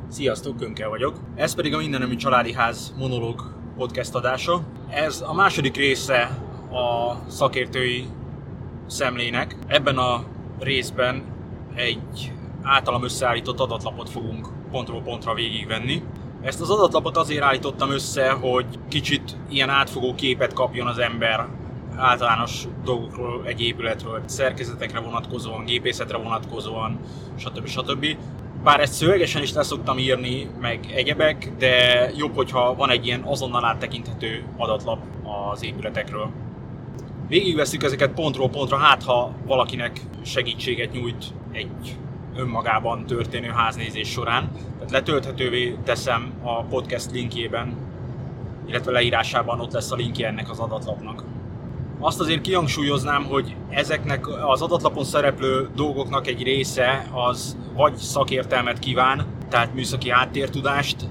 Sziasztok, Könke vagyok. Ez pedig a Mindennemű Családi Ház monológ podcast adása. Ez a második része a szakértői szemlének. Ebben a részben egy általam összeállított adatlapot fogunk pontról pontra végigvenni. Ezt az adatlapot azért állítottam össze, hogy kicsit ilyen átfogó képet kapjon az ember általános dolgokról, egy épületről, szerkezetekre vonatkozóan, gépészetre vonatkozóan, stb. Bár ezt szövegesen is leszoktam írni, meg egyebek, de jobb, hogyha van egy ilyen azonnal áttekinthető adatlap az épületekről. Végigvesszük ezeket pontról pontra, hát ha valakinek segítséget nyújt egy önmagában történő háznézés során. Tehát letölthetővé teszem a podcast linkjében, illetve leírásában ott lesz a linkje ennek az adatlapnak. Azt azért kihangsúlyoznám, hogy ezeknek az adatlapon szereplő dolgoknak egy része az vagy szakértelmet kíván, tehát műszaki háttértudást,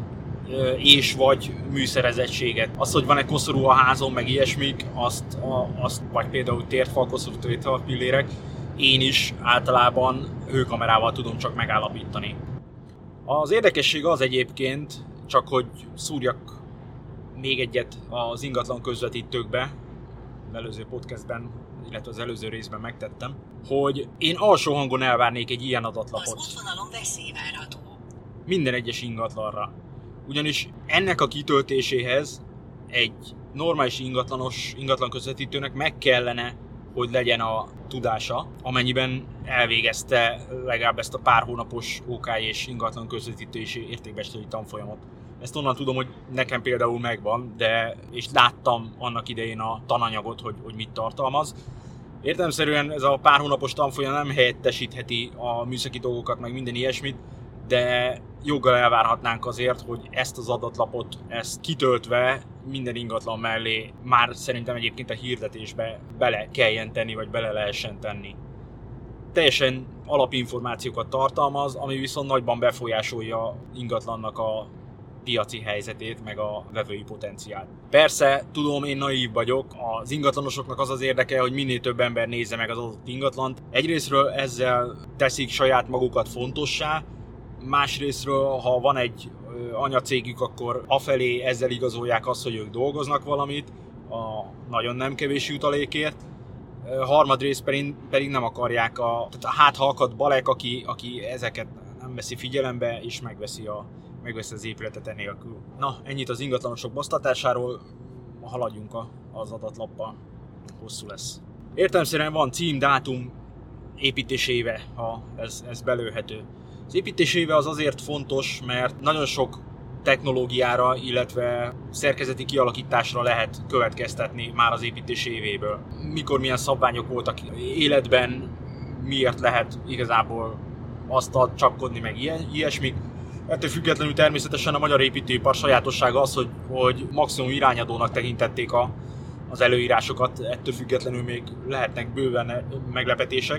és vagy műszerezettséget. Az, hogy van-e koszorú a házon, meg ilyesmik, azt vagy például térfal, koszorú, térfalpillérek, én is általában hőkamerával tudom csak megállapítani. Az érdekesség az egyébként, csak hogy szúrjak még egyet az ingatlan közvetítőkbe, az előző podcastben, illetve az előző részben megtettem, hogy én alsó hangon elvárnék egy ilyen adatlapot. Az útvonalon veszély várható. Minden egyes ingatlanra. Ugyanis ennek a kitöltéséhez egy normális ingatlan közvetítőnek meg kellene, hogy legyen a tudása, amennyiben elvégezte legalább ezt a pár hónapos OK és ingatlan közvetítési értékbecslői tanfolyamot. Ezt onnan tudom, hogy nekem például megvan, és láttam annak idején a tananyagot, hogy mit tartalmaz. Értelemszerűen ez a pár hónapos tanfolyam nem helyettesítheti a műszaki dolgokat, meg minden ilyesmit, de joggal elvárhatnánk azért, hogy ezt az adatlapot, ezt kitöltve minden ingatlan mellé már szerintem egyébként a hirdetésbe bele kelljen tenni, vagy bele lehessen tenni. Teljesen alapinformációkat tartalmaz, ami viszont nagyban befolyásolja ingatlannak a piaci helyzetét, meg a vevői potenciált. Persze, tudom, én naív vagyok, az ingatlanosoknak az az érdeke, hogy minél több ember nézze meg az adott ingatlant. Egyrészről ezzel teszik saját magukat fontossá, másrészről, ha van egy anyacégük, akkor afelé ezzel igazolják azt, hogy ők dolgoznak valamit, a nagyon nem kevés jutalékért. Harmadrészt pedig nem akarják, tehát hát ha akad balek, aki ezeket nem veszi figyelembe, és megveszi az épületet enélkül. Na, ennyit az ingatlanosok basztatásáról, haladjunk az adatlappa, hosszú lesz. Értelemszerűen van cím, dátum, építéséve, ha ez belőhető. Az építéséve az azért fontos, mert nagyon sok technológiára, illetve szerkezeti kialakításra lehet következtetni már az építés évéből. Mikor milyen szabványok voltak életben, miért lehet igazából asztalt csapkodni, meg ilyesmik. Ettől függetlenül természetesen a magyar építőipar sajátossága az, hogy maximum irányadónak tekintették az előírásokat, ettől függetlenül még lehetnek bőven meglepetések,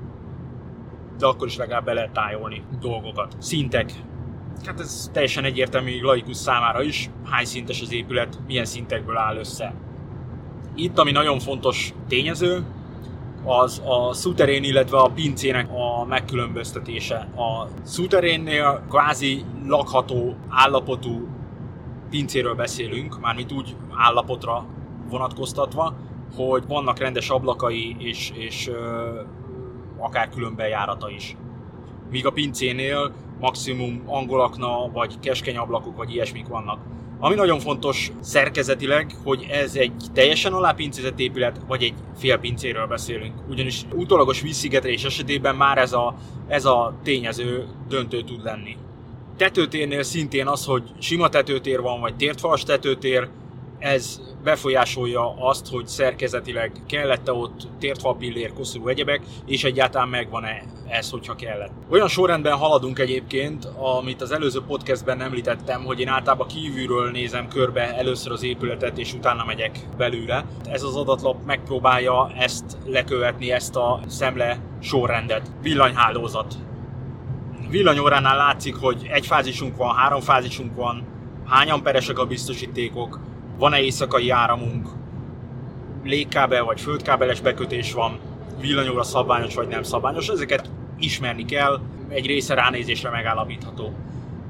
de akkor is legalább be lehet tájolni dolgokat. Szintek. Hát ez teljesen egyértelmű laikus számára is, hány szintes az épület, milyen szintekből áll össze. Itt, ami nagyon fontos tényező, az a szuterén, illetve a pincének a megkülönböztetése. A szuterénnél kvázi lakható állapotú pincéről beszélünk, mármint úgy állapotra vonatkoztatva, hogy vannak rendes ablakai és akár külön bejárata is. Míg a pincénél maximum angolakna, vagy keskeny ablakok, vagy ilyesmik vannak. Ami nagyon fontos szerkezetileg, hogy ez egy teljesen alápincézett épület, vagy egy félpincéről beszélünk. Ugyanis utólagos vízszigetelés esetében már ez a tényező döntő tud lenni. Tetőtérnél szintén az, hogy sima tetőtér van, vagy tértfalas tetőtér, ez befolyásolja azt, hogy szerkezetileg kellett-e ott tértfalpillér, koszorú, egyebek, és egyáltalán megvan-e ez, hogyha kellett. Olyan sorrendben haladunk egyébként, amit az előző podcastben említettem, hogy én általában kívülről nézem körbe először az épületet, és utána megyek belőle. Ez az adatlap megpróbálja ezt lekövetni, ezt a szemle sorrendet. Villanyhálózat. Villanyóránál látszik, hogy egy fázisunk van, 3 fázisunk van, hány amperesek a biztosítékok, van-e éjszakai áramunk, légkábel vagy földkábeles bekötés van, villanyóra szabványos vagy nem szabványos, ezeket ismerni kell, egy része ránézésre megállapítható.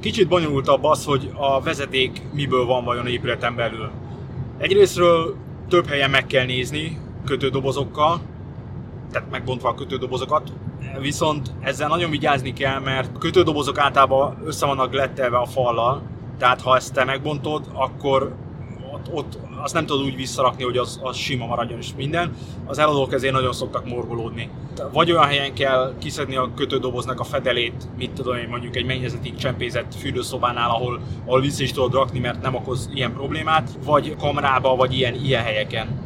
Kicsit bonyolultabb az, hogy a vezeték miből van vajon épületen belül. Egyrésztről több helyen meg kell nézni kötődobozokkal, tehát megbontva a kötődobozokat, viszont ezzel nagyon vigyázni kell, mert a kötődobozok általában össze vannak glettelve a fallal, tehát ha ezt te megbontod, akkor ott azt nem tudod úgy visszarakni, hogy az sima maradjon és minden. Az eladók ezért nagyon szoktak morgolódni. Vagy olyan helyen kell kiszedni a kötődoboznak a fedelét, mit tudom én, mondjuk egy mennyezetig csempézett fürdőszobánál, ahol vissza is tudod rakni, mert nem okoz ilyen problémát, vagy kamrába, vagy ilyen helyeken.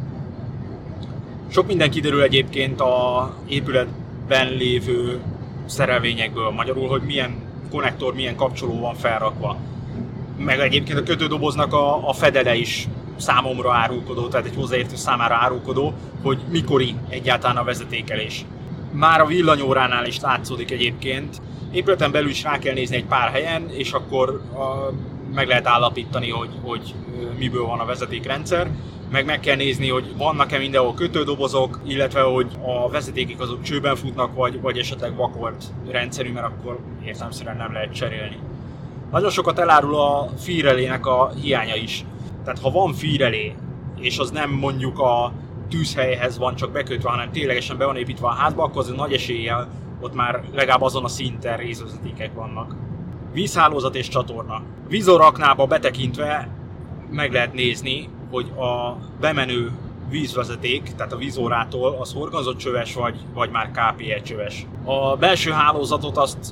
Sok minden kiderül egyébként a épületben lévő szerelvényekből, magyarul, hogy milyen konnektor, milyen kapcsoló van felrakva. Meg egyébként a kötődoboznak a fedele is számomra árulkodó, tehát egy hozzáértő számára árulkodó, hogy mikori egyáltalán a vezetékelés. Már a villanyóránál is látszódik egyébként. Épületen belül is rá kell nézni egy pár helyen, és akkor meg lehet állapítani, hogy miből van a vezetékrendszer. Meg kell nézni, hogy vannak-e mindenhol kötődobozok, illetve hogy a vezetékek azok csőben futnak, vagy esetleg vakolt rendszerű, mert akkor értelemszerűen nem lehet cserélni. Nagyon sokat elárul a fűrelének a hiánya is. Tehát ha van fűrelé, és az nem mondjuk a tűzhelyhez van csak bekötve, hanem ténylegesen be van építve a házba, akkor az nagy eséllyel ott már legalább azon a szinten részvezetékek vannak. Vízhálózat és csatorna. Vízoraknába betekintve meg lehet nézni, hogy a bemenő vízvezeték, tehát a vízórától az horgonzott csöves vagy már KPE csöves. A belső hálózatot azt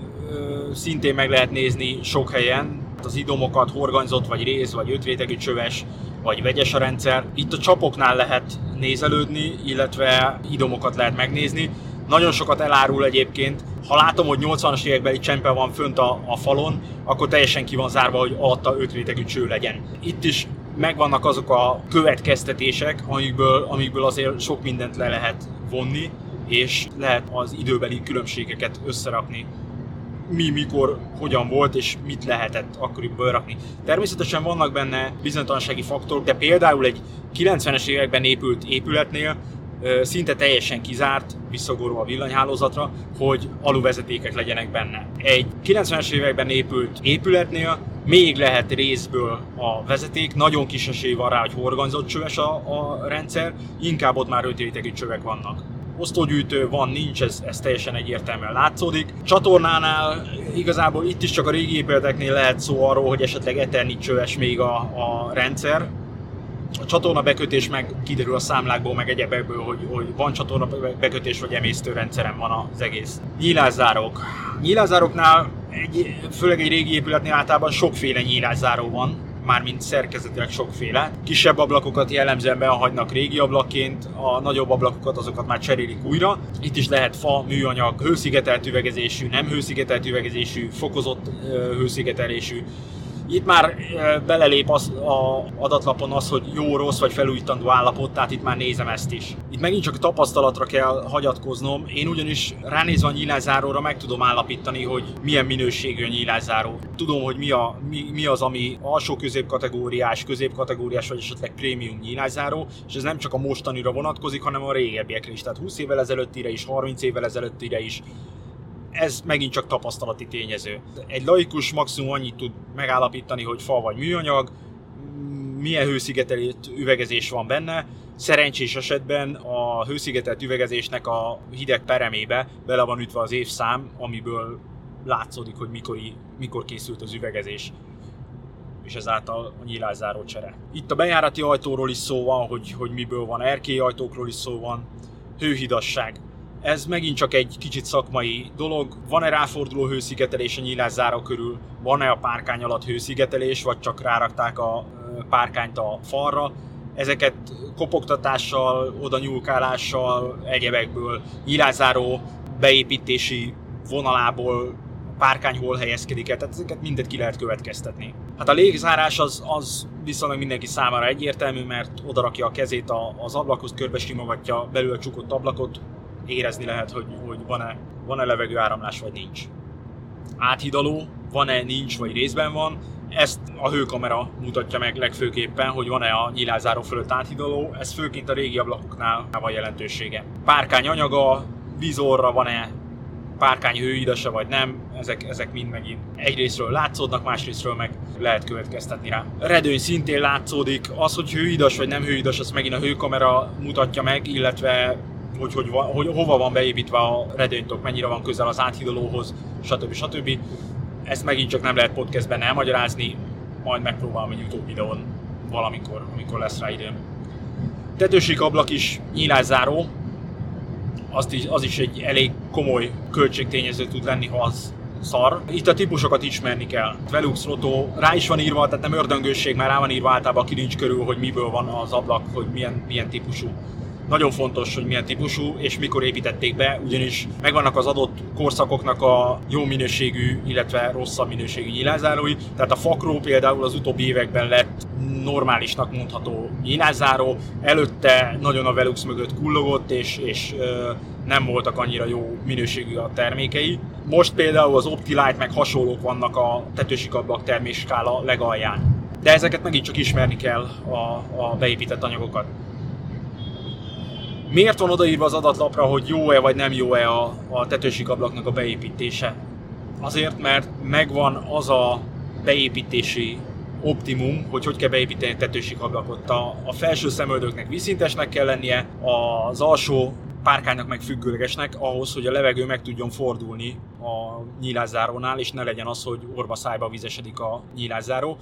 szintén meg lehet nézni sok helyen, az idomokat horgonyzott, vagy réz, vagy ötrétegű csöves, vagy vegyes a rendszer. Itt a csapoknál lehet nézelődni, illetve idomokat lehet megnézni. Nagyon sokat elárul egyébként. Ha látom, hogy 80-as évekbeli csempe van fönt a falon, akkor teljesen ki van zárva, hogy alatta ötrétegű cső legyen. Itt is megvannak azok a következtetések, amikből azért sok mindent le lehet vonni, és lehet az időbeli különbségeket összerakni. Mikor, hogyan volt, és mit lehetett akkoriban berakni. Természetesen vannak benne bizonytalansági faktorok, de például egy 90-es években épült épületnél szinte teljesen kizárt, visszagorva a villanyhálózatra, hogy aluvezetékek legyenek benne. Egy 90-es években épült épületnél még lehet részből a vezeték, nagyon kis esély van rá, hogy horgonyzott csöves a rendszer, inkább ott már ötrétegű csövek vannak. Osztógyűjtő van, nincs, ez teljesen egyértelműen látszódik. Csatornánál igazából itt is csak a régi épületeknél lehet szó arról, hogy esetleg eternit csöves még a rendszer. A csatorna bekötés meg kiderül a számlákból, meg egyebekből, hogy van csatorna bekötés, vagy emésztőrendszeren van az egész. Nyílászárók. Nyílászároknál, főleg egy régi épületnél általában sokféle nyílászáró van, mármint szerkezetileg sokféle. Kisebb ablakokat jellemzően behagynak régi ablakként, a nagyobb ablakokat azokat már cserélik újra. Itt is lehet fa, műanyag, hőszigetelt üvegezésű, nem hőszigetelt üvegezésű, fokozott hőszigetelésű. Itt már belelép az adatlapon az, hogy jó, rossz vagy felújítandó állapot, tehát itt már nézem ezt is. Itt megint csak a tapasztalatra kell hagyatkoznom, én ugyanis ránézve a nyílászáróra meg tudom állapítani, hogy milyen minőségű a nyílászáró. Tudom, hogy mi az, ami alsó középkategóriás vagy esetleg prémium nyílászáró, és ez nem csak a mostanira vonatkozik, hanem a régebbiekre is, tehát 20 évvel ezelőttire is, 30 évvel ezelőttire is. Ez megint csak tapasztalati tényező. Egy laikus maximum annyit tud megállapítani, hogy fa vagy műanyag, milyen hőszigetelt üvegezés van benne. Szerencsés esetben a hőszigetelt üvegezésnek a hideg peremébe bele van ütve az évszám, amiből látszódik, hogy mikor készült az üvegezés, és ezáltal a nyílászáró csere. Itt a bejárati ajtóról is szó van, hogy miből van, erkélyajtókról is szó van, hőhidasság. Ez megint csak egy kicsit szakmai dolog. Van-e ráforduló hőszigetelés a nyílászára körül? Van-e a párkány alatt hőszigetelés, vagy csak rárakták a párkányt a falra? Ezeket kopogtatással, oda nyúlkálással, egyebekből, nyílászáró beépítési vonalából párkány hol helyezkedik el, tehát ezeket mindet ki lehet következtetni. Hát a légzárás az viszonylag mindenki számára egyértelmű, mert odarakja a kezét az ablakhoz, körbesimogatja belül a csukott ablakot, érezni lehet, hogy van-e levegőáramlás, vagy nincs. Áthidaló, van-e, nincs, vagy részben van. Ezt a hőkamera mutatja meg legfőképpen, hogy van-e a nyílászáró fölött áthidaló. Ez főként a régi ablakoknál van jelentősége. Párkány anyaga, vízorra van-e párkány hőhidasa vagy nem, ezek mind megint egyrészről látszódnak, másrészről meg lehet következtetni rá. Redőny szintén látszódik, az, hogy hőhidas vagy nem hőhidas, azt megint a hőkamera mutatja meg, illetve hogy hova van beépítve a redőnytok, mennyire van közel az áthidalóhoz, stb. Ezt megint csak nem lehet podcastben elmagyarázni, majd megpróbálom egy YouTube videón valamikor, amikor lesz rá időm. Tetősík ablak is nyílászáró, az is egy elég komoly költségtényező tud lenni, ha az szar. Itt a típusokat ismerni kell. Velux Roto rá is van írva, tehát nem ördöngősség, mert rá van írva általában a kilincs körül, hogy miből van az ablak, hogy milyen típusú. Nagyon fontos, hogy milyen típusú és mikor építették be, ugyanis megvannak az adott korszakoknak a jó minőségű, illetve rosszabb minőségű nyílászárói. Tehát a Fakro például az utóbbi években lett normálisnak mondható nyílászáró, előtte nagyon a Velux mögött kullogott, és nem voltak annyira jó minőségű a termékei. Most például az Optilight meg hasonlók vannak a tetősikablak termékskála legalján. De ezeket megint csak ismerni kell, a beépített anyagokat. Miért van odaírva az adatlapra, hogy jó-e vagy nem jó-e a tetősikablaknak a beépítése? Azért, mert megvan az a beépítési optimum, hogy kell beépíteni a tetősikablakot. A felső szemöldöknek vízszintesnek kell lennie, az alsó párkánynak meg függőlegesnek, ahhoz, hogy a levegő meg tudjon fordulni a nyílászárónál, és ne legyen az, hogy orba-szájba vizesedik a nyílászáró.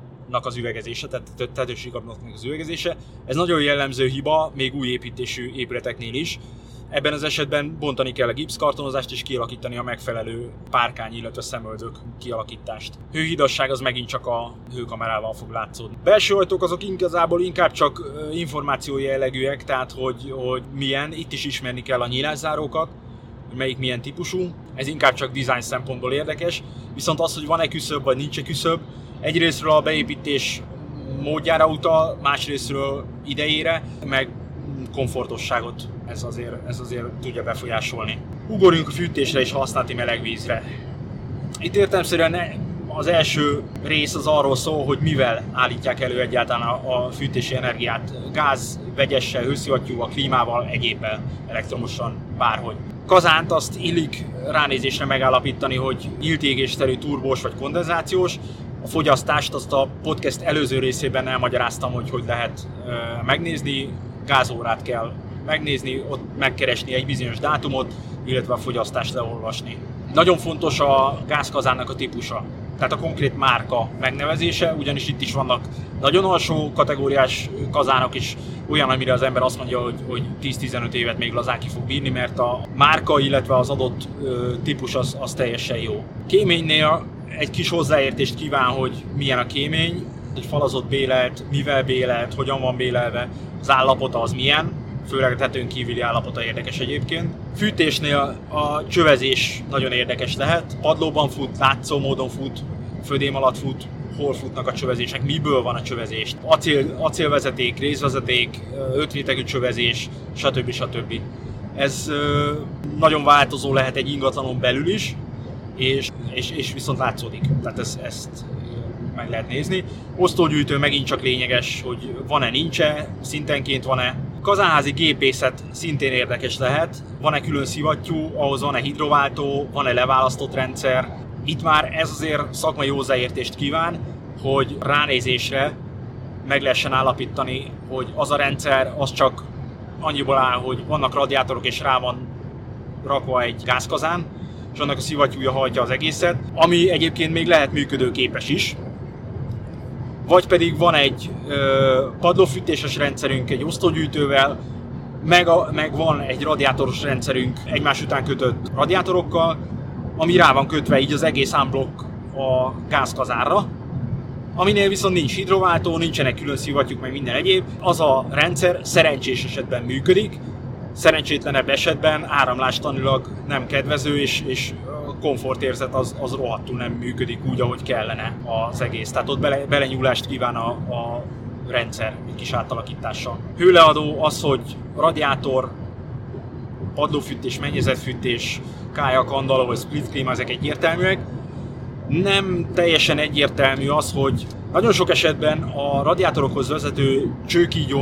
Az üvegezése, tehát tetősikablaknak az üvegezése. Ez nagyon jellemző hiba, még új építésű épületeknél is. Ebben az esetben bontani kell a gipszkartonozást és kialakítani a megfelelő párkány, illetve szemöldök kialakítást. Hőhidasság az megint csak a hőkamerával fog látszódni. Belső ajtók azok igazából inkább csak információ jellegűek, tehát hogy milyen, itt is ismerni kell a nyílászárókat, hogy melyik milyen típusú. Ez inkább csak design szempontból érdekes, viszont az, hogy van-e küszöb vagy nincs-e küszöb, egyrészről a beépítés módjára utal, másrészről idejére, meg komfortosságot ez azért tudja befolyásolni. Ugorjunk a fűtésre és használati melegvízre. Itt értelemszerűen az első rész az arról szól, hogy mivel állítják elő egyáltalán a fűtési energiát. Gáz, vegyessel, hőszivattyúval, klímával, egyébbel, elektromosan, bárhogy. Kazánt azt illik ránézésre megállapítani, hogy nyílt égésterű, turbós vagy kondenzációs. A fogyasztást azt a podcast előző részében elmagyaráztam, hogy lehet megnézni. Gázórát kell megnézni, ott megkeresni egy bizonyos dátumot, illetve a fogyasztást leolvasni. Nagyon fontos a gázkazánnak a típusa, tehát a konkrét márka megnevezése, ugyanis itt is vannak nagyon alsó kategóriás kazánok is, olyan, amire az ember azt mondja, hogy 10-15 évet még lazán ki fog bírni, mert a márka, illetve az adott típus az teljesen jó. Kéménynél egy kis hozzáértést kíván, hogy milyen a kémény, egy falazott bélelt, mivel bélelt, hogyan van bélelve, az állapota az milyen, főleg a tetőn kívüli állapota érdekes egyébként. Fűtésnél a csövezés nagyon érdekes lehet, padlóban fut, látszó módon fut, födém alatt fut, hol futnak a csövezések, miből van a csövezés, acélvezeték, részvezeték, 5 rétegű csövezés, stb. Ez nagyon változó lehet egy ingatlanon belül is, és viszont látszódik, tehát ezt meg lehet nézni. Osztógyűjtő megint csak lényeges, hogy van-e, nincs-e, szintenként van-e. Kazánházi gépészet szintén érdekes lehet, van-e külön szivattyú, ahhoz van-e hidrováltó, van-e leválasztott rendszer. Itt már ez azért szakmai hozzáértést kíván, hogy ránézésre meg lehessen állapítani, hogy az a rendszer az csak annyiból áll, hogy vannak radiátorok és rá van rakva egy gázkazán, és annak a szivattyúja hajtja az egészet, ami egyébként még lehet működőképes is. Vagy pedig van egy padlófűtéses rendszerünk egy osztógyűjtővel, meg van egy radiátoros rendszerünk egymás után kötött radiátorokkal, ami rá van kötve így az egész unblock a gázkazánra, aminél viszont nincs hidrováltó, nincsenek külön szivattyúk, meg minden egyéb. Az a rendszer szerencsés esetben működik, szerencsétlenebb esetben áramlástanilag nem kedvező, és a komfortérzet az rohadtul nem működik úgy, ahogy kellene az egész. Tehát ott belenyúlást kíván a rendszer egy kis átalakítással. Hőleadó az, hogy radiátor, padlófűtés, mennyezetfűtés, kája, kandalló vagy split klíma, ezek egyértelműek. Nem teljesen egyértelmű az, hogy nagyon sok esetben a radiátorokhoz vezető csőkígyó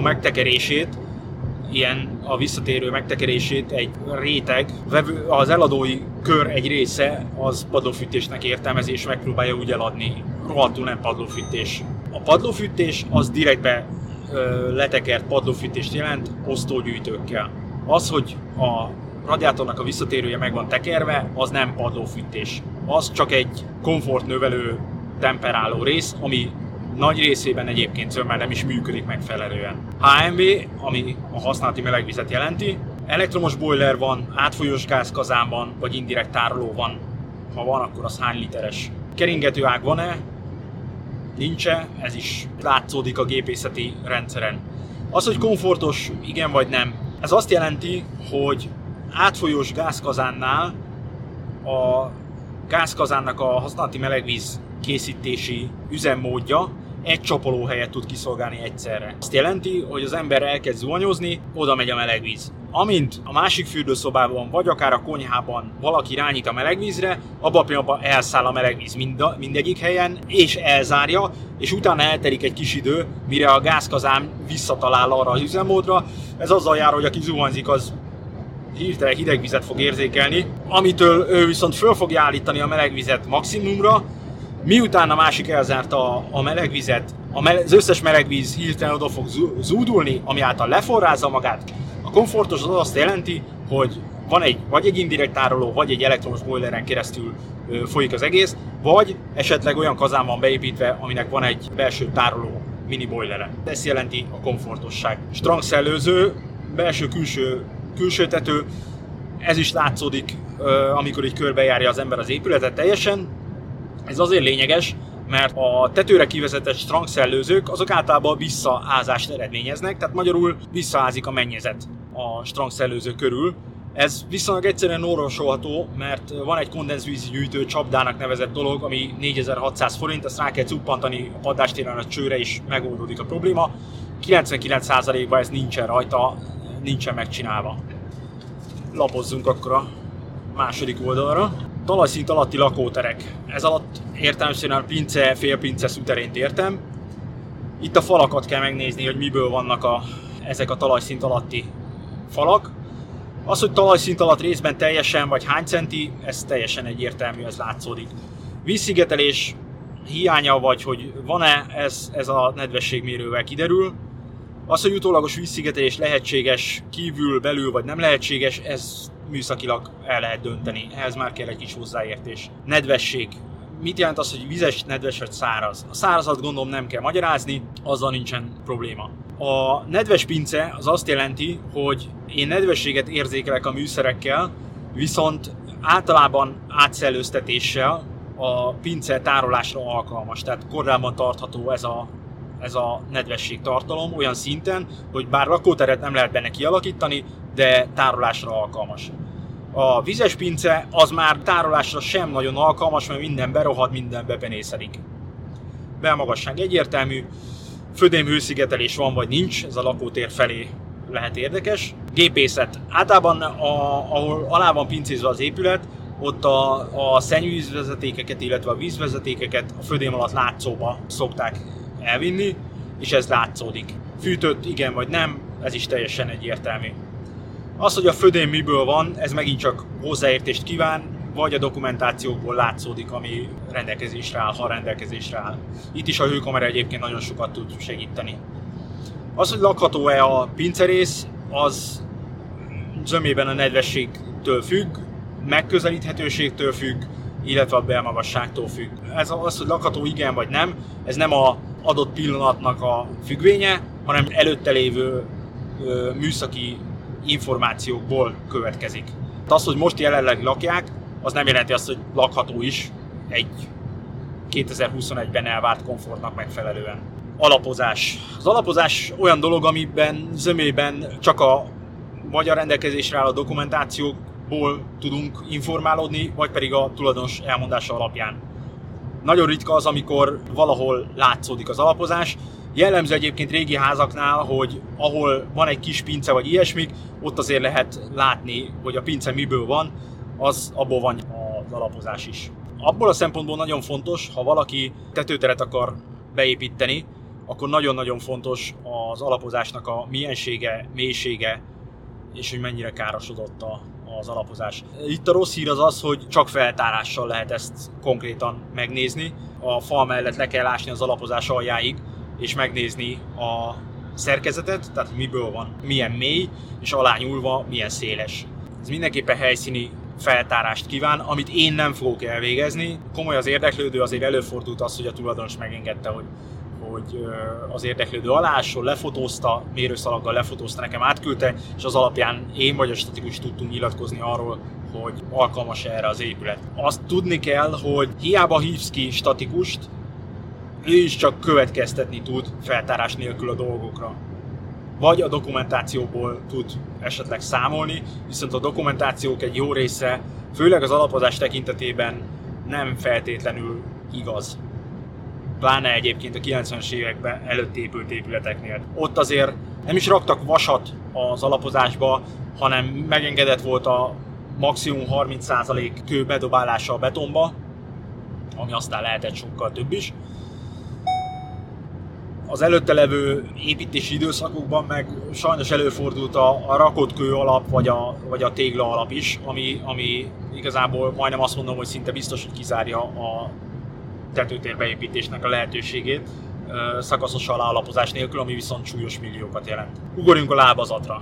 megtekerését, ilyen a visszatérő megtekerését egy réteg az eladói kör egy része az padlófűtésnek értelmezi, és megpróbálja úgy eladni. Rohadtul nem padlófűtés. A padlófűtés az direktbe letekert padlófűtést jelent osztógyűjtőkkel. Az, hogy a radiátornak a visszatérője meg van tekerve, az nem padlófűtés. Az csak egy komfortnövelő temperáló rész, ami nagy részében egyébként zömmel nem is működik megfelelően. HMV, ami a használati melegvizet jelenti, elektromos boiler van, átfolyós gázkazán van, vagy indirekt tároló van. Ha van, akkor az hány literes? Keringető ág van-e? Nincs-e? Ez is látszódik a gépészeti rendszeren. Az, hogy komfortos, igen vagy nem, ez azt jelenti, hogy átfolyós gázkazánnál a gázkazánnak a használati melegvíz készítési üzemmódja egy csapolóhelyet tud kiszolgálni egyszerre. Azt jelenti, hogy az ember elkezd zuhanyozni, oda megy a melegvíz. Amint a másik fürdőszobában, vagy akár a konyhában valaki rányít a melegvízre, abban a pillanatban elszáll a melegvíz mindegyik helyen, és elzárja, és utána eltelik egy kis idő, mire a gázkazán visszatalál arra az üzemmódra. Ez azzal jár, hogy aki zuhanyzik, az hirtelen hideg vizet fog érzékelni, amitől ő viszont föl fogja állítani a melegvizet maximumra, miután a másik elzárta a melegvizet, az összes melegvíz hirtelen oda fog zúdulni, ami által leforrázza magát. A komfortos az azt jelenti, hogy van vagy egy indirekt tároló, vagy egy elektromos boileren keresztül folyik az egész, vagy esetleg olyan kazán van beépítve, aminek van egy belső tároló mini boilere. Ez jelenti a komfortosság. Strangszellőző, belső-külső tető, ez is látszódik, amikor így körbejárja az ember az épületet teljesen. Ez azért lényeges, mert a tetőre kivezetett strangszellőzők azok általában visszaázást eredményeznek, tehát magyarul visszaázik a mennyezet a strangszellőző körül. Ez viszonylag egyszerűen orvosolható, mert van egy kondenzvízgyűjtő csapdának nevezett dolog, ami 4600 forint, ezt rá kell cuppantani a padlástéren a csőre, és megoldódik a probléma. 99%-ban ez nincsen rajta, nincsen megcsinálva. Lapozzunk akkor a második oldalra. Talajszint alatti lakóterek. Ez alatt értelemszerűen pince, félpince szüterént értem. Itt a falakat kell megnézni, hogy miből vannak ezek a talajszint alatti falak. Az, hogy talajszint alatt részben teljesen vagy hány centi, ez teljesen egyértelmű, ez látszódik. Vízszigetelés hiánya, vagy hogy van-e, ez a nedvességmérővel kiderül. Az, hogy utólagos vízszigetelés lehetséges kívül, belül vagy nem lehetséges, ez műszakilag el lehet dönteni. Ehhez már kell egy kis hozzáértés. Nedvesség. Mit jelent az, hogy vizes, nedves vagy száraz? A szárazat gondolom nem kell magyarázni, azzal nincsen probléma. A nedves pince az azt jelenti, hogy én nedvességet érzékelek a műszerekkel, viszont általában átszellőztetéssel a pince tárolásra alkalmas. Tehát korábban tartható ez a nedvesség tartalom olyan szinten, hogy bár lakóteret nem lehet benne kialakítani, de tárolásra alkalmas. A vizes pince az már tárolásra sem nagyon alkalmas, mert minden berohad, minden bepenészedik. Belmagasság egyértelmű, födém-hőszigetelés van vagy nincs, ez a lakótér felé lehet érdekes. Gépészet. Általában ahol alá van pincézve az épület, ott a szennyvízvezetékeket, illetve a vízvezetékeket a födém alatt látszóba szokták elvinni, és ez látszódik. Fűtött, igen vagy nem, ez is teljesen egyértelmű. Az, hogy a födém miből van, ez megint csak hozzáértést kíván, vagy a dokumentációkból látszódik, ami rendelkezésre áll, ha rendelkezésre áll. Itt is a hőkamera egyébként nagyon sokat tud segíteni. Az, hogy lakható-e a pincerész, az zömében a nedvességtől függ, megközelíthetőségtől függ, illetve a belmagasságtól függ. Ez az, hogy lakható igen vagy nem, ez nem az adott pillanatnak a függvénye, hanem előtte lévő műszaki információkból következik. Az, hogy most jelenleg lakják, az nem jelenti azt, hogy lakható is egy 2021-ben elvárt komfortnak megfelelően. Alapozás. Az alapozás olyan dolog, amiben zömében csak vagy a rendelkezésre álló dokumentációkból tudunk informálódni, vagy pedig a tulajdonos elmondása alapján. Nagyon ritka az, amikor valahol látszódik az alapozás. Jellemző egyébként régi házaknál, hogy ahol van egy kis pince vagy ilyesmik, ott azért lehet látni, hogy a pince miből van, abból van az alapozás is. Abból a szempontból nagyon fontos, ha valaki tetőteret akar beépíteni, akkor nagyon-nagyon fontos az alapozásnak a miensége, mélysége, és hogy mennyire károsodott a az alapozás. Itt a rossz hír az, hogy csak feltárással lehet ezt konkrétan megnézni. A fal mellett le kell ásni az alapozás aljáig, és megnézni a szerkezetet, tehát miből van, milyen mély, és alányulva milyen széles. Ez mindenképpen helyszíni feltárást kíván, amit én nem fogok elvégezni. Komoly az érdeklődő, azért előfordult az, hogy a tulajdonos megengedte, hogy az érdeklődő alásol, lefotózta, mérőszalaggal lefotózta, nekem átküldte, és az alapján én vagy a statikus tudtunk nyilatkozni arról, hogy alkalmas erre az épület. Azt tudni kell, hogy hiába hívsz ki statikust, ő is csak következtetni tud feltárás nélkül a dolgokra. Vagy a dokumentációból tud esetleg számolni, viszont a dokumentációk egy jó része, főleg az alapozás tekintetében nem feltétlenül igaz. Pláne egyébként a 90-es években előtt épült épületeknél. Ott azért nem is raktak vasat az alapozásba, hanem megengedett volt a maximum 30% kő bedobálása a betonba, ami aztán lehetett sokkal több is. Az előtte levő építési időszakokban meg sajnos előfordult a rakott kő alap, vagy a tégla alap is, ami igazából majdnem azt mondom, hogy szinte biztos, hogy kizárja a tetőtérbeépítésnek a lehetőségét szakaszos alapozás nélkül, ami viszont súlyos milliókat jelent. Ugorjunk a lábazatra.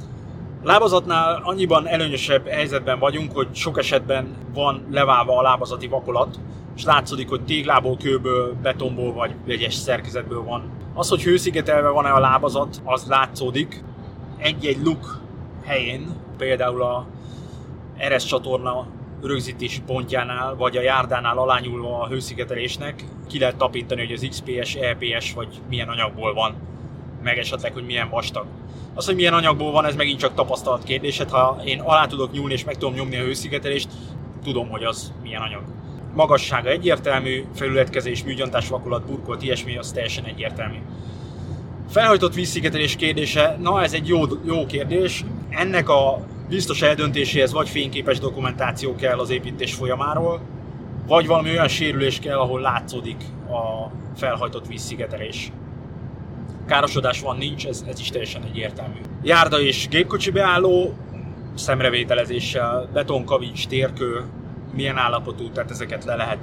A lábazatnál annyiban előnyösebb helyzetben vagyunk, hogy sok esetben van leválva a lábazati vakolat, és látszódik, hogy téglából, kőből, betonból vagy vegyes szerkezetből van. Az, hogy hőszigetelve van-e a lábazat, az látszódik. Egy-egy luk helyén, például a Eresz csatorna rögzítési pontjánál, vagy a járdánál alányulva a hőszigetelésnek ki lehet tapintani, hogy az XPS, EPS vagy milyen anyagból van, meg esetleg, hogy milyen vastag. Az, hogy milyen anyagból van, ez megint csak tapasztalat kérdés. Ha én alá tudok nyúlni és meg tudom nyomni a hőszigetelést, tudom, hogy az milyen anyag. Magassága egyértelmű, felületkezés, műgyantás, vakolat, burkolt, ilyesmi, az teljesen egyértelmű. Felhajtott vízszigetelés kérdése, na ez egy jó kérdés. Ennek a biztos eldöntéséhez vagy fényképes dokumentáció kell az építés folyamáról, vagy valami olyan sérülés kell, ahol látszódik a felhajtott vízszigetelés. Károsodás van, nincs, ez is teljesen egyértelmű. Járda és gépkocsi beálló, szemrevételezéssel, betonkavics, térkő, milyen állapotú, tehát ezeket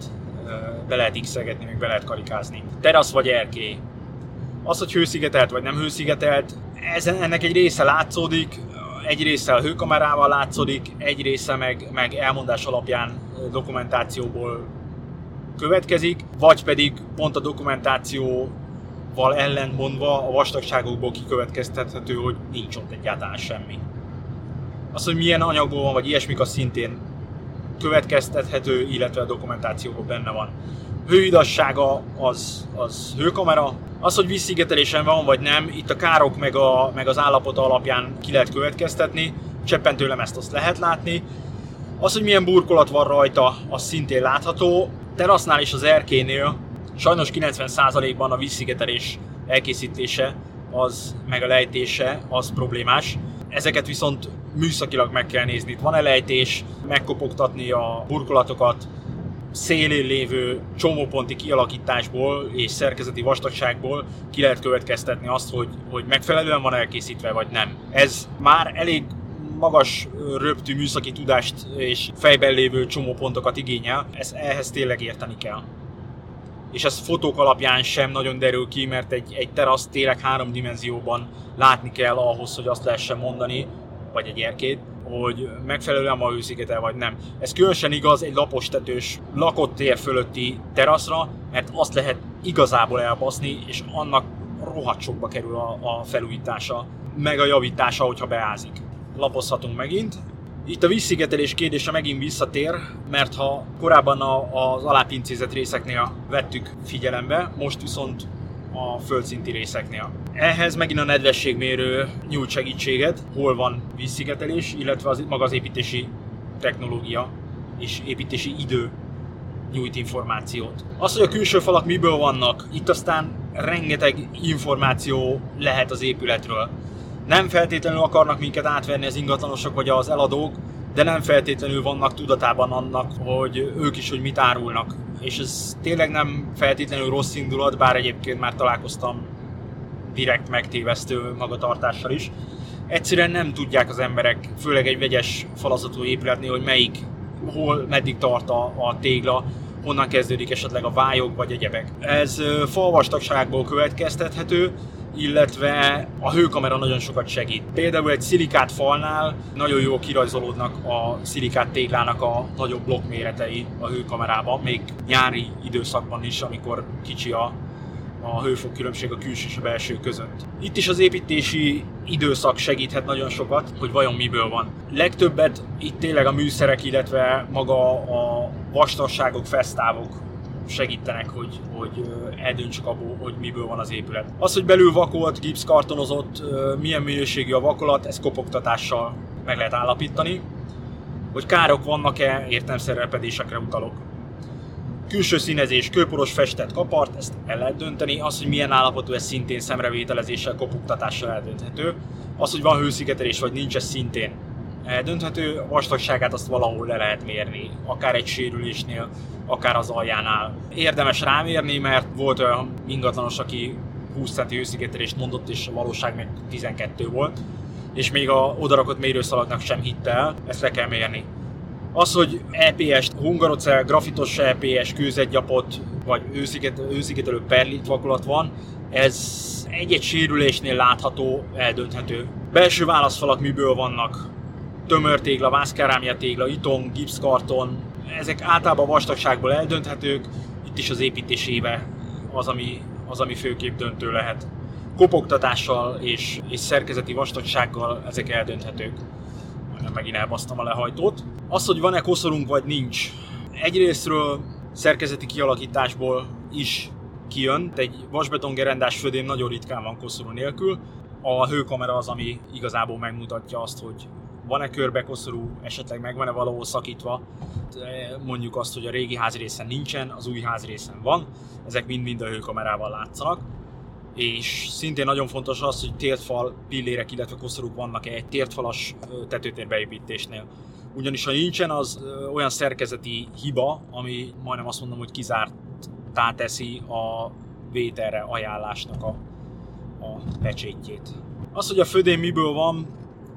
be lehet x-elgetni, meg be lehet karikázni. Terasz vagy erkély. Az, hogy hőszigetelt vagy nem hőszigetelt, ennek egy része látszódik, egy része a hőkamerával látszódik, egy része meg elmondás alapján dokumentációból következik, vagy pedig pont a dokumentációval ellentmondva a vastagságokból kikövetkeztethető, hogy nincs ott egyáltalán semmi. Az, hogy milyen anyagból van, vagy ilyesmik, az szintén következtethető, illetve a dokumentációban benne van. Hőhidassága az hőkamera. Az, hogy vízszigetelésen van vagy nem, itt a károk meg az állapota alapján ki lehet következtetni, cseppentőlemezt azt lehet látni. Az, hogy milyen burkolat van rajta, az szintén látható. Terasznál és az erkélynél sajnos 90%-ban a vízszigetelés elkészítése, meg a lejtése az problémás. Ezeket viszont műszakilag meg kell nézni. Itt van lejtés, megkopogtatni a burkolatokat, szélén lévő csomóponti kialakításból és szerkezeti vastagságból ki lehet következtetni azt, hogy megfelelően van elkészítve, vagy nem. Ez már elég magas röptű műszaki tudást és fejben lévő csomópontokat igényel, ehhez tényleg érteni kell. És ez fotók alapján sem nagyon derül ki, mert egy teraszt tényleg 3 dimenzióban látni kell ahhoz, hogy azt lehessen mondani, vagy egy erkélyt, hogy megfelelően van hőszigetel vagy nem. Ez különösen igaz egy lapostetős, lakott tér fölötti teraszra, mert azt lehet igazából elbaszni, és annak rohadt sokba kerül a felújítása, meg a javítása, hogyha beázik. Lapozhatunk megint. Itt a vízszigetelés kérdése megint visszatér, mert ha korábban az alápincézett részeknél vettük figyelembe, most viszont a földszinti részeknél. Ehhez megint a nedvességmérő nyújt segítséget, hol van vízszigetelés, illetve maga az építési technológia és építési idő nyújt információt. Az, hogy a külső falak miből vannak, itt aztán rengeteg információ lehet az épületről. Nem feltétlenül akarnak minket átverni az ingatlanosok vagy az eladók, de nem feltétlenül vannak tudatában annak, hogy ők is, hogy mit árulnak. És ez tényleg nem feltétlenül rossz indulat, bár egyébként már találkoztam direkt megtévesztő magatartással is. Egyszerűen nem tudják az emberek, főleg egy vegyes falazatú épületnél, hogy meddig tart a tégla, honnan kezdődik esetleg a vályog vagy egyebek. Ez falvastagságból következtethető, illetve a hőkamera nagyon sokat segít. Például egy szilikát falnál nagyon jól kirajzolódnak a szilikát téglának a nagyobb blokkméretei a hőkamerában, még nyári időszakban is, amikor kicsi a hőfok különbség a külső és a belső között. Itt is az építési időszak segíthet nagyon sokat, hogy vajon miből van. Legtöbbet itt tényleg a műszerek, illetve maga a vastagságok, fesztávok segítenek, hogy eldöntsük abból, hogy miből van az épület. Az, hogy belül vakolt, gipszkartonozott, milyen minőségű a vakolat, ezt kopogtatással meg lehet állapítani. Hogy károk vannak-e, értelemszerű repedésekre utalok. Külső színezés, kőporos festett kapart, ezt el lehet dönteni. Az, hogy milyen állapotú, ez szintén szemrevételezéssel, kopogtatással eldönthető. Az, hogy van hőszigetelés vagy nincs, ez szintén eldönthető. A vastagságát azt valahol le lehet mérni, akár egy sérülésnél, akár az aljánál. Érdemes rámérni, mert volt olyan ingatlanos, aki 20 centi hőszigetelést mondott, és a valóság meg 12 volt. És még a odarakott mérőszalagnak sem hitte el, ezt le kell mérni. Az, hogy EPS, hungarocell, grafitos EPS, kőzetgyapot vagy hőszigetelő perlit vakolat van, ez egy-egy sérülésnél látható, eldönthető. Belső válaszfalak miből vannak? Tömörtégla, vászkerámia tégla, iton, gipszkarton, ezek általában vastagságból eldönthetők, itt is az építés éve az, ami főképp döntő lehet. Kopogtatással és szerkezeti vastagsággal ezek eldönthetők. Megint elbasztam a lehajtót. Az, hogy van-e koszorunk vagy nincs. Egyrésztről szerkezeti kialakításból is kijön. Egy vasbetongerendás födém nagyon ritkán van koszorú nélkül. A hőkamera az, ami igazából megmutatja azt, hogy van-e körbe koszorú, esetleg meg van-e valahol szakítva. Mondjuk azt, hogy a régi házrészen nincsen, az új házrészen van. Ezek mind-mind a hőkamerával látszanak. És szintén nagyon fontos az, hogy tértfal, pillérek, illetve koszorúk vannak egy tértfalas tetőtérbeépítésnél. Ugyanis ha nincsen, az olyan szerkezeti hiba, ami majdnem azt mondom, hogy kizárttá teszi a vételre ajánlásnak a pecsétjét. Az, hogy a födém miből van,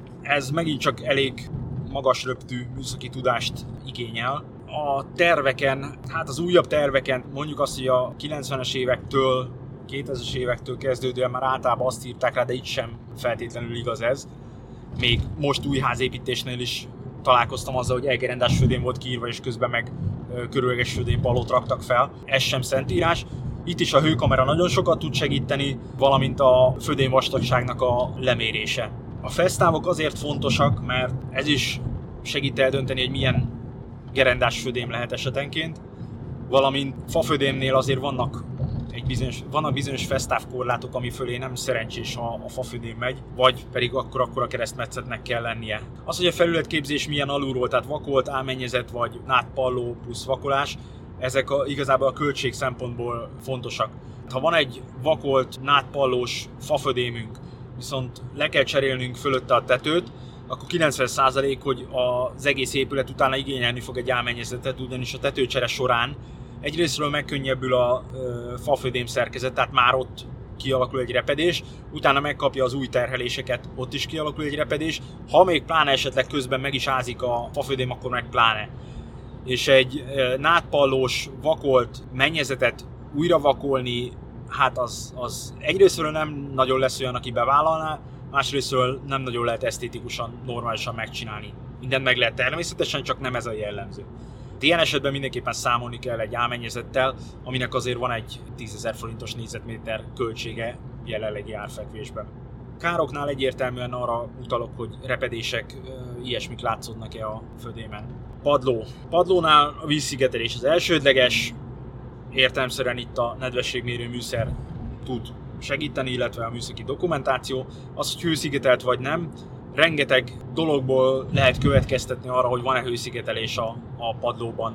ez megint csak elég magas röptű műszaki tudást igényel. A terveken, hát az újabb terveken, mondjuk azt, hogy a 90-es évektől 2000-es évektől kezdődően már általában azt írták rá, de itt sem feltétlenül igaz ez. Még most új házépítésnél is találkoztam azzal, hogy elgerendás födém volt kiírva, és közben meg körülöges födémpalót raktak fel. Ez sem szentírás. Itt is a hőkamera nagyon sokat tud segíteni, valamint a födém vastagságnak a lemérése. A fesztávok azért fontosak, mert ez is segít eldönteni, hogy milyen gerendás födém lehet esetenként, valamint fafödémnél azért vannak bizonyos fesztávkorlátok, ami fölé nem szerencsés, ha a fafödém megy, vagy pedig akkor a keresztmetszetnek kell lennie. Az, hogy a felületképzés milyen alulról, tehát vakolt, álmennyezet vagy nádpalló plusz vakolás, ezek igazából a költség szempontból fontosak. Ha van egy vakolt, nádpallós fafödémünk, viszont le kell cserélnünk fölötte a tetőt, akkor 90% hogy az egész épület utána igényelni fog egy álmennyezetet, ugyanis a tetőcsere során egyrésztről megkönnyebbül a fafödém szerkezet, tehát már ott kialakul egy repedés, utána megkapja az új terheléseket, ott is kialakul egy repedés, ha még pláne esetleg közben meg is ázik a fafödém, akkor meg pláne. És egy nádpallós, vakolt mennyezetet újra vakolni, hát az egyrészről nem nagyon lesz olyan, aki bevállalná, másrészről nem nagyon lehet esztétikusan, normálisan megcsinálni. Mindent meg lehet természetesen, csak nem ez a jellemző. Ilyen esetben mindenképpen számolni kell egy álmennyezettel, aminek azért van egy 10 000 forintos négyzetméter költsége jelenlegi árfekvésben. Károknál egyértelműen arra utalok, hogy repedések, ilyesmik látszódnak-e a födémen. Padló. Padlónál a vízszigetelés az elsődleges, értelemszerűen itt a nedvességmérő műszer tud segíteni, illetve a műszaki dokumentáció. Az, hogy hőszigetelt vagy nem, rengeteg dologból lehet következtetni arra, hogy van-e hőszigetelés a padlóban.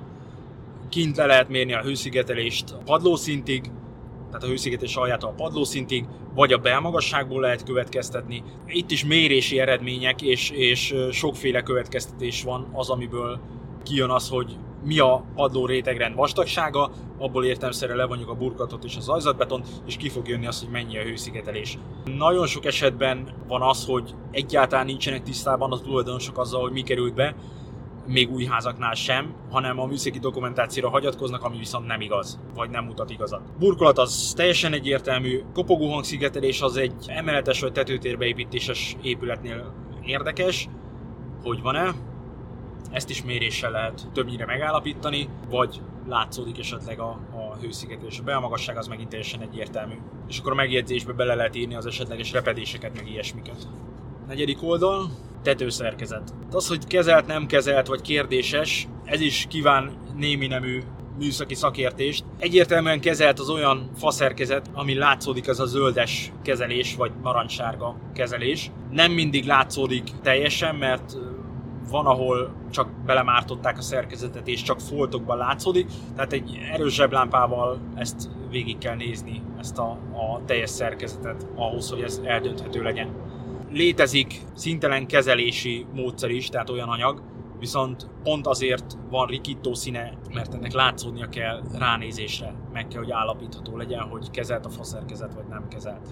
Kint le lehet mérni a hőszigetelést a padlószintig, tehát a hőszigetelés aljától a padlószintig, vagy a belmagasságból lehet következtetni. Itt is mérési eredmények és sokféle következtetés van az, amiből kijön az, hogy mi a padló rétegrend vastagsága, abból értelemszerűen levonjuk a burkolatot és az ajzatbetont, és ki fog jönni az, hogy mennyi a hőszigetelés. Nagyon sok esetben van az, hogy egyáltalán nincsenek tisztában a tulajdonosok azzal, hogy mi került be, még új házaknál sem, hanem a műszaki dokumentációra hagyatkoznak, ami viszont nem igaz, vagy nem mutat igazat. Burkolat az teljesen egyértelmű, kopogó hangszigetelés az egy emeletes vagy tetőtérbeépítéses épületnél érdekes, hogy van-e. Ezt is méréssel lehet többnyire megállapítani, vagy látszódik esetleg a hőszigetelés. A belmagasság az megint teljesen egyértelmű. És akkor a megjegyzésbe bele lehet írni az esetleges repedéseket, meg ilyesmiket. Negyedik oldal, tetőszerkezet. Az, hogy kezelt, nem kezelt, vagy kérdéses, ez is kíván némi nemű műszaki szakértést. Egyértelműen kezelt az olyan faszerkezet, ami látszódik, ez a zöldes kezelés, vagy narancssárga kezelés. Nem mindig látszódik teljesen, mert van, ahol csak belemártották a szerkezetet, és csak foltokban látszódik, tehát egy erős zseblámpával ezt végig kell nézni, ezt a teljes szerkezetet, ahhoz, hogy ez eldönthető legyen. Létezik színtelen kezelési módszer is, tehát olyan anyag, viszont pont azért van rikító színe, mert ennek látszódnia kell ránézésre, meg kell, hogy állapítható legyen, hogy kezelt a faszerkezet, vagy nem kezelt.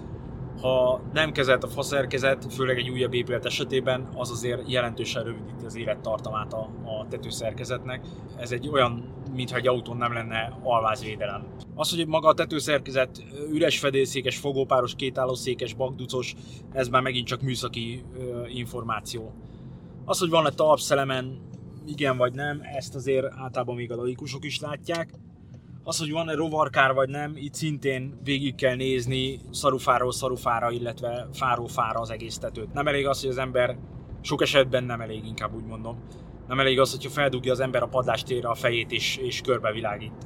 Ha nem kezelt a faszerkezet, főleg egy újabb épület esetében, az azért jelentősen rövidíti az élettartamát a tetőszerkezetnek. Ez egy olyan, mintha egy autón nem lenne alvázvédelem. Az, hogy maga a tetőszerkezet üres fedélszékes, fogópáros, kétállószékes, bakducos, ez már megint csak műszaki információ. Az, hogy van-e talpszelemen, igen vagy nem, ezt azért általában még a laikusok is látják. Az, hogy van-e rovarkár vagy nem, itt szintén végig kell nézni szarufáról szarufára, illetve fáról fára az egész tetőt. Nem elég az, hogy az ember, sok esetben nem elég, inkább úgy mondom, nem elég az, hogyha feldugja az ember a padlástérre a fejét és körbevilágít.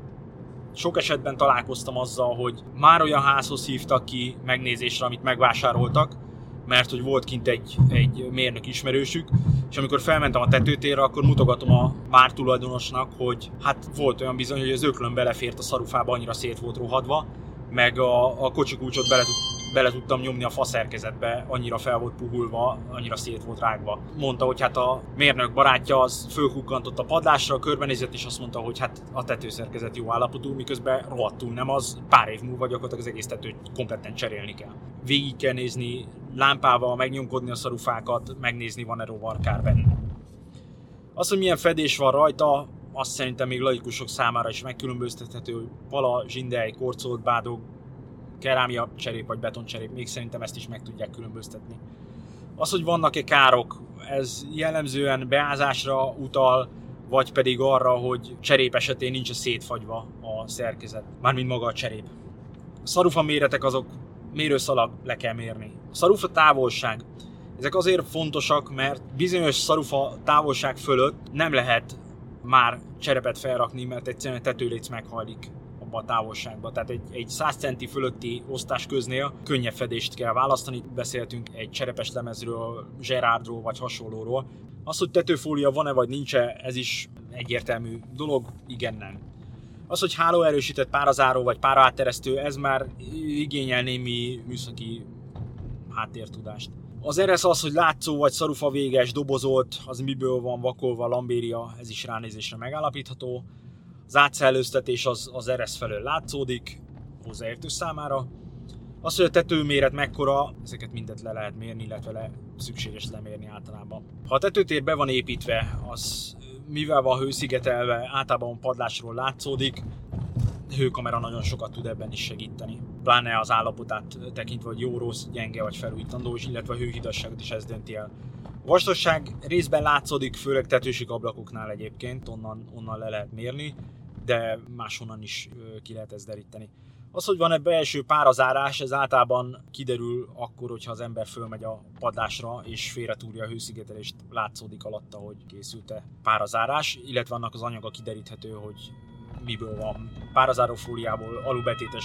Sok esetben találkoztam azzal, hogy már olyan házhoz hívtak ki megnézésre, amit megvásároltak, mert hogy volt kint egy mérnök ismerősük, és amikor felmentem a tetőtérre, akkor mutogatom a már tulajdonosnak, hogy hát volt olyan bizony, hogy az öklön belefért a szarufába, annyira szét volt rohadva, meg a kocsikulcsot bele tudtam nyomni a faszerkezetbe, annyira fel volt puhulva, annyira szét volt rágva. Mondta, hogy hát a mérnök barátja az fölkukkantott a padlásra, körbenézett, és azt mondta, hogy hát a tetőszerkezet jó állapotú, miközben rohadtul nem az, pár év múlva gyakorlatilag az egész tetőt kompletten cserélni kell. Végig kell nézni lámpával, megnyomkodni a szarufákat, megnézni, van-e rovarkár benne. Az, hogy milyen fedés van rajta, azt szerintem még laikusok számára is megkülönböztethető, hogy pala, zsindely, korcolt, bádog, kerámia cserép vagy betoncserép, még szerintem ezt is meg tudják különböztetni. Az, hogy vannak-e károk, ez jellemzően beázásra utal, vagy pedig arra, hogy cserép esetén nincs szétfagyva a szerkezet, mármint maga a cserép. A szarufa méretek azok mérőszalag le kell mérni. A szarufa távolság. Ezek azért fontosak, mert bizonyos szarufa távolság fölött nem lehet már cserepet felrakni, mert egyszerűen a tetőléc meghajlik abba a távolságba. Tehát egy 100 centi fölötti osztásköznél könnyebb fedést kell választani. Beszéltünk egy cserepes lemezről, Gerardról vagy hasonlóról. Az, hogy tetőfólia van-e vagy nincs-e, ez is egyértelmű dolog, igen, nem. Az, hogy hálóerősített párazáró vagy páraátteresztő, ez már igényel némi műszaki háttértudást. Az eresz az, hogy látszó vagy szarufa véges, dobozolt, az miből van vakolva, lambéria, ez is ránézésre megállapítható. Az átszellőztetés az eresz felől látszódik, hozzáértő számára. Az, hogy a tetőméret mekkora, ezeket mindet le lehet mérni, illetve szükséges lemérni általában. Ha a tetőtér be van építve, az mivel van hőszigetelve, általában padlásról látszódik, hőkamera nagyon sokat tud ebben is segíteni. Pláne az állapotát tekintve, hogy jó, rossz, gyenge vagy felújítandó, illetve a hőhidasságot is ez dönti el. A vastagság részben látszódik, főleg tetősik ablakoknál egyébként, onnan le lehet mérni, de máshonnan is ki lehet ezt deríteni. Az, hogy van-e belső párazárás, ez általában kiderül akkor, hogyha az ember fölmegy a padlásra és félretúrja a hőszigetelést, látszódik alatta, hogy készült-e párazárás, illetve annak az anyaga kideríthető, hogy miből van. Párazáró fóliából, alubetétes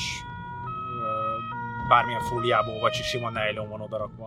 bármilyen fóliából, vagy sima nejlon van odarakva.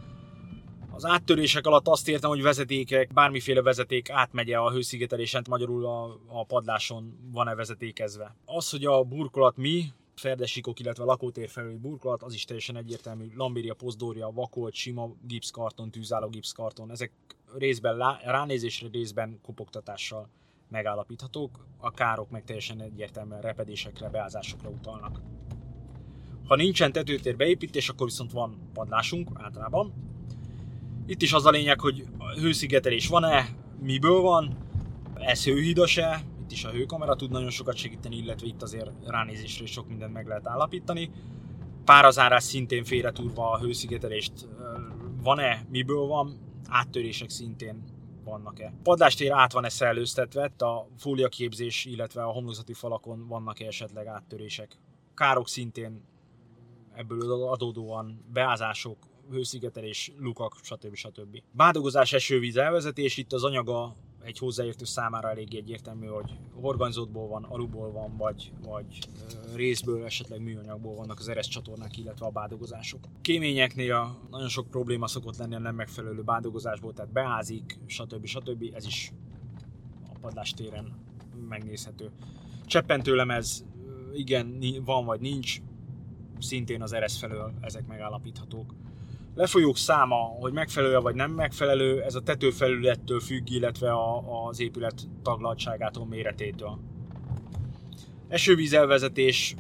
Az áttörések alatt azt értem, hogy vezetékek, bármiféle vezeték átmegye a hőszigetelésen, magyarul a padláson van-e vezetékezve. Az, hogy a burkolat mi, ferdesikok, illetve lakótér felüli burkolat, az is teljesen egyértelmű. Lambéria, pozdória, vakolt, sima gipszkarton, tűzálló gipszkarton, ezek részben ránézésre, részben kopogtatással megállapíthatók, a károk meg teljesen egyértelműen repedésekre, beázásokra utalnak. Ha nincsen tetőtér beépítés, akkor viszont van padlásunk általában. Itt is az a lényeg, hogy hőszigetelés van-e, miből van, ez hőhidas-e, itt is a hőkamera tud nagyon sokat segíteni, illetve itt azért ránézésre is sok mindent meg lehet állapítani. Párazárás szintén félretúrva a hőszigetelést van-e, miből van, áttörések szintén vannak-e. Padlástér át van-e szellőztetve, a fóliaképzés, illetve a homlokzati falakon vannak-e esetleg áttörések. Károk szintén ebből adódóan beázások, hőszigetelés, lukak, stb. Bádogozás, esővíz elvezetés, itt az anyaga egy hozzáértő számára elég egyértelmű, hogy horgonyzótból van, aluból van, vagy részből, esetleg műanyagból vannak az ereszcsatornák, illetve a bádogozások. Kéményeknél nagyon sok probléma szokott lenni a nem megfelelő bádogozásból, tehát beázik, stb. Ez is a padlástéren megnézhető. Cseppentőlemez, igen, van vagy nincs, szintén az eresz felől ezek megállapíthatók. Lefolyók száma, hogy megfelelő vagy nem megfelelő, ez a tetőfelülettől függ, illetve az épület taglaltságától, méretétől. Esővíz elvezetés,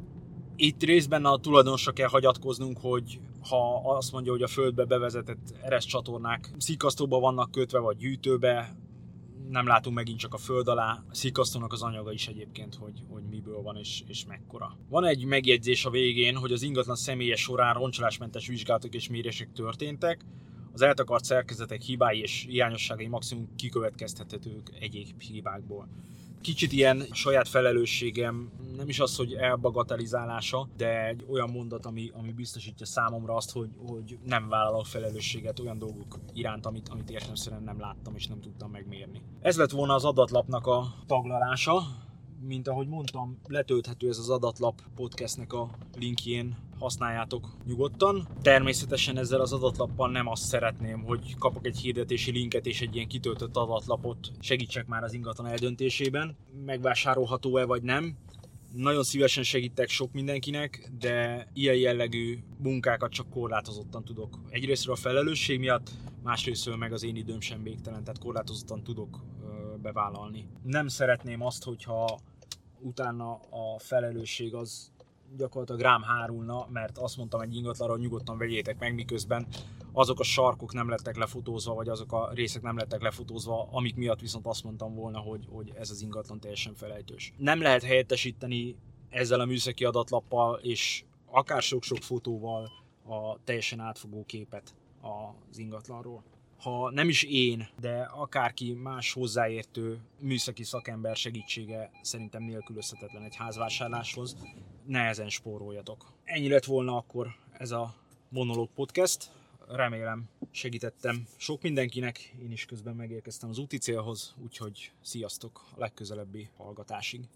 itt részben a tulajdonosra kell hagyatkoznunk, hogy ha azt mondja, hogy a földbe bevezetett ereszcsatornák szikasztóba vannak kötve, vagy gyűjtőbe, nem látunk megint csak a föld alá. A szikasztónak az anyaga is egyébként, hogy miből van és mekkora. Van egy megjegyzés a végén, hogy az ingatlan személye során roncsolásmentes vizsgálatok és mérések történtek. Az eltakart szerkezetek hibái és hiányosságai maximum kikövetkeztethetők egyéb hibákból. Kicsit ilyen saját felelősségem, nem is az, hogy elbagatelizálása, de egy olyan mondat, ami biztosítja számomra azt, hogy nem vállalok felelősséget olyan dolgok iránt, amit értelemszerűen nem láttam és nem tudtam megmérni. Ez lett volna az adatlapnak a taglalása. Mint ahogy mondtam, letölthető ez az adatlap podcastnek a linkjén, használjátok nyugodtan. Természetesen ezzel az adatlappal nem azt szeretném, hogy kapok egy hirdetési linket és egy ilyen kitöltött adatlapot, segítsek már az ingatlan eldöntésében. Megvásárolható-e vagy nem? Nagyon szívesen segítek sok mindenkinek, de ilyen jellegű munkákat csak korlátozottan tudok. Egyrésztről a felelősség miatt, másrésztről meg az én időm sem végtelen, tehát korlátozottan tudok bevállalni. Nem szeretném azt, hogyha utána a felelősség az gyakorlatilag rám hárulna, mert azt mondtam egy ingatlanra, hogy nyugodtan vegyétek meg, miközben azok a sarkok nem lettek lefotózva, vagy azok a részek nem lettek lefotózva, amik miatt viszont azt mondtam volna, hogy ez az ingatlan teljesen felejtős. Nem lehet helyettesíteni ezzel a műszaki adatlappal, és akár sok-sok fotóval a teljesen átfogó képet az ingatlanról. Ha nem is én, de akárki más hozzáértő műszaki szakember segítsége szerintem nélkülözhetetlen egy házvásárláshoz, nehezen spóroljatok. Ennyi lett volna akkor ez a Monológ Podcast. Remélem segítettem sok mindenkinek, én is közben megérkeztem az úti célhoz, úgyhogy sziasztok a legközelebbi hallgatásig.